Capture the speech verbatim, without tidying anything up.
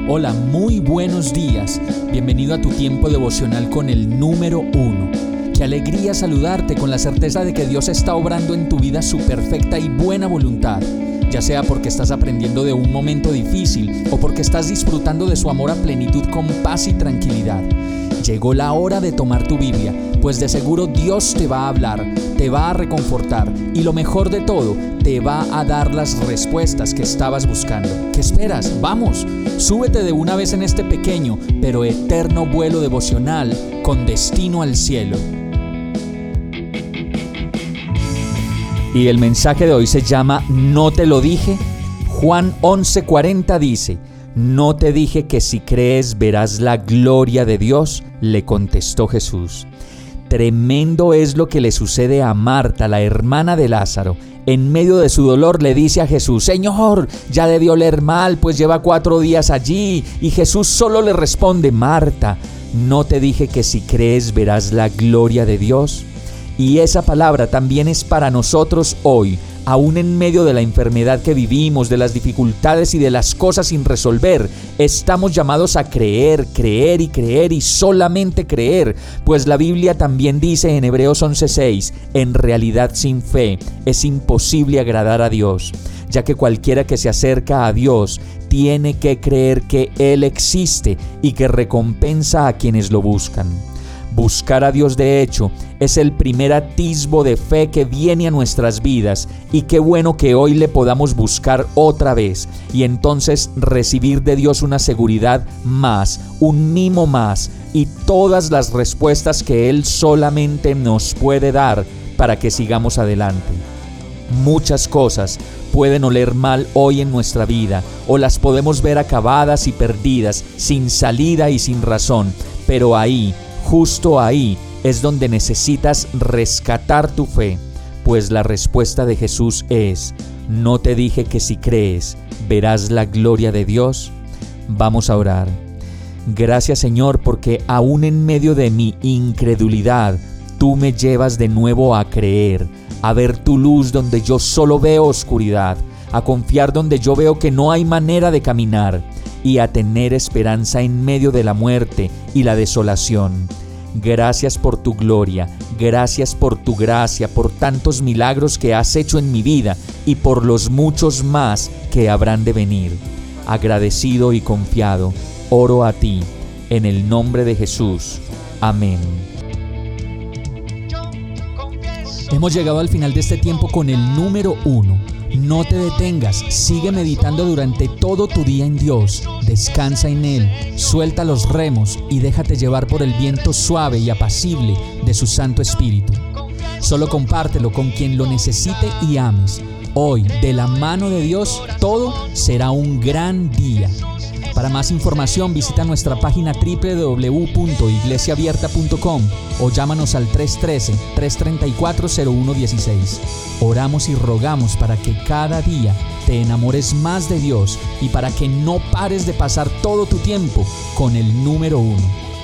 Hola, muy buenos días. Bienvenido a tu tiempo devocional con el número uno. Qué alegría saludarte con la certeza de que Dios está obrando en tu vida su perfecta y buena voluntad, ya sea porque estás aprendiendo de un momento difícil o porque estás disfrutando de su amor a plenitud con paz y tranquilidad. Llegó la hora de tomar tu Biblia, pues de seguro Dios te va a hablar, te va a reconfortar y lo mejor de todo, te va a dar las respuestas que estabas buscando. ¿Qué esperas? ¡Vamos! Súbete de una vez en este pequeño pero eterno vuelo devocional con destino al cielo. Y el mensaje de hoy se llama ¿No te lo dije? Juan once cuarenta dice: ¿No te dije que si crees verás la gloria de Dios? Le contestó Jesús. Tremendo es lo que le sucede a Marta, la hermana de Lázaro. En medio de su dolor le dice a Jesús: Señor, ya debió oler mal, pues lleva cuatro días allí. Y Jesús solo le responde: Marta, ¿no te dije que si crees verás la gloria de Dios? Y esa palabra también es para nosotros hoy, aún en medio de la enfermedad que vivimos, de las dificultades y de las cosas sin resolver. Estamos llamados a creer, creer y creer y solamente creer, pues la Biblia también dice en Hebreos once seis, en realidad sin fe es imposible agradar a Dios, ya que cualquiera que se acerca a Dios tiene que creer que Él existe y que recompensa a quienes lo buscan. Buscar a Dios, de hecho, es el primer atisbo de fe que viene a nuestras vidas, y qué bueno que hoy le podamos buscar otra vez y entonces recibir de Dios una seguridad más, un mimo más y todas las respuestas que Él solamente nos puede dar para que sigamos adelante. Muchas cosas pueden oler mal hoy en nuestra vida o las podemos ver acabadas y perdidas, sin salida y sin razón, pero ahí, justo ahí es donde necesitas rescatar tu fe, pues la respuesta de Jesús es: ¿no te dije que si crees verás la gloria de Dios? Vamos a orar. Gracias, Señor, porque aún en medio de mi incredulidad, tú me llevas de nuevo a creer, a ver tu luz donde yo solo veo oscuridad, a confiar donde yo veo que no hay manera de caminar, y a tener esperanza en medio de la muerte y la desolación. Gracias por tu gloria, gracias por tu gracia, por tantos milagros que has hecho en mi vida y por los muchos más que habrán de venir. Agradecido y confiado, oro a ti, en el nombre de Jesús. Amén. Hemos llegado al final de este tiempo con el número uno. No te detengas, sigue meditando durante todo tu día en Dios, descansa en Él, suelta los remos y déjate llevar por el viento suave y apacible de su Santo Espíritu. Solo compártelo con quien lo necesite y ames. Hoy, de la mano de Dios, todo será un gran día. Para más información visita nuestra página doble u doble u doble u punto iglesia abierta punto com o llámanos al tres uno tres, tres tres cuatro, cero uno uno seis. Oramos y rogamos para que cada día te enamores más de Dios y para que no pares de pasar todo tu tiempo con el número uno.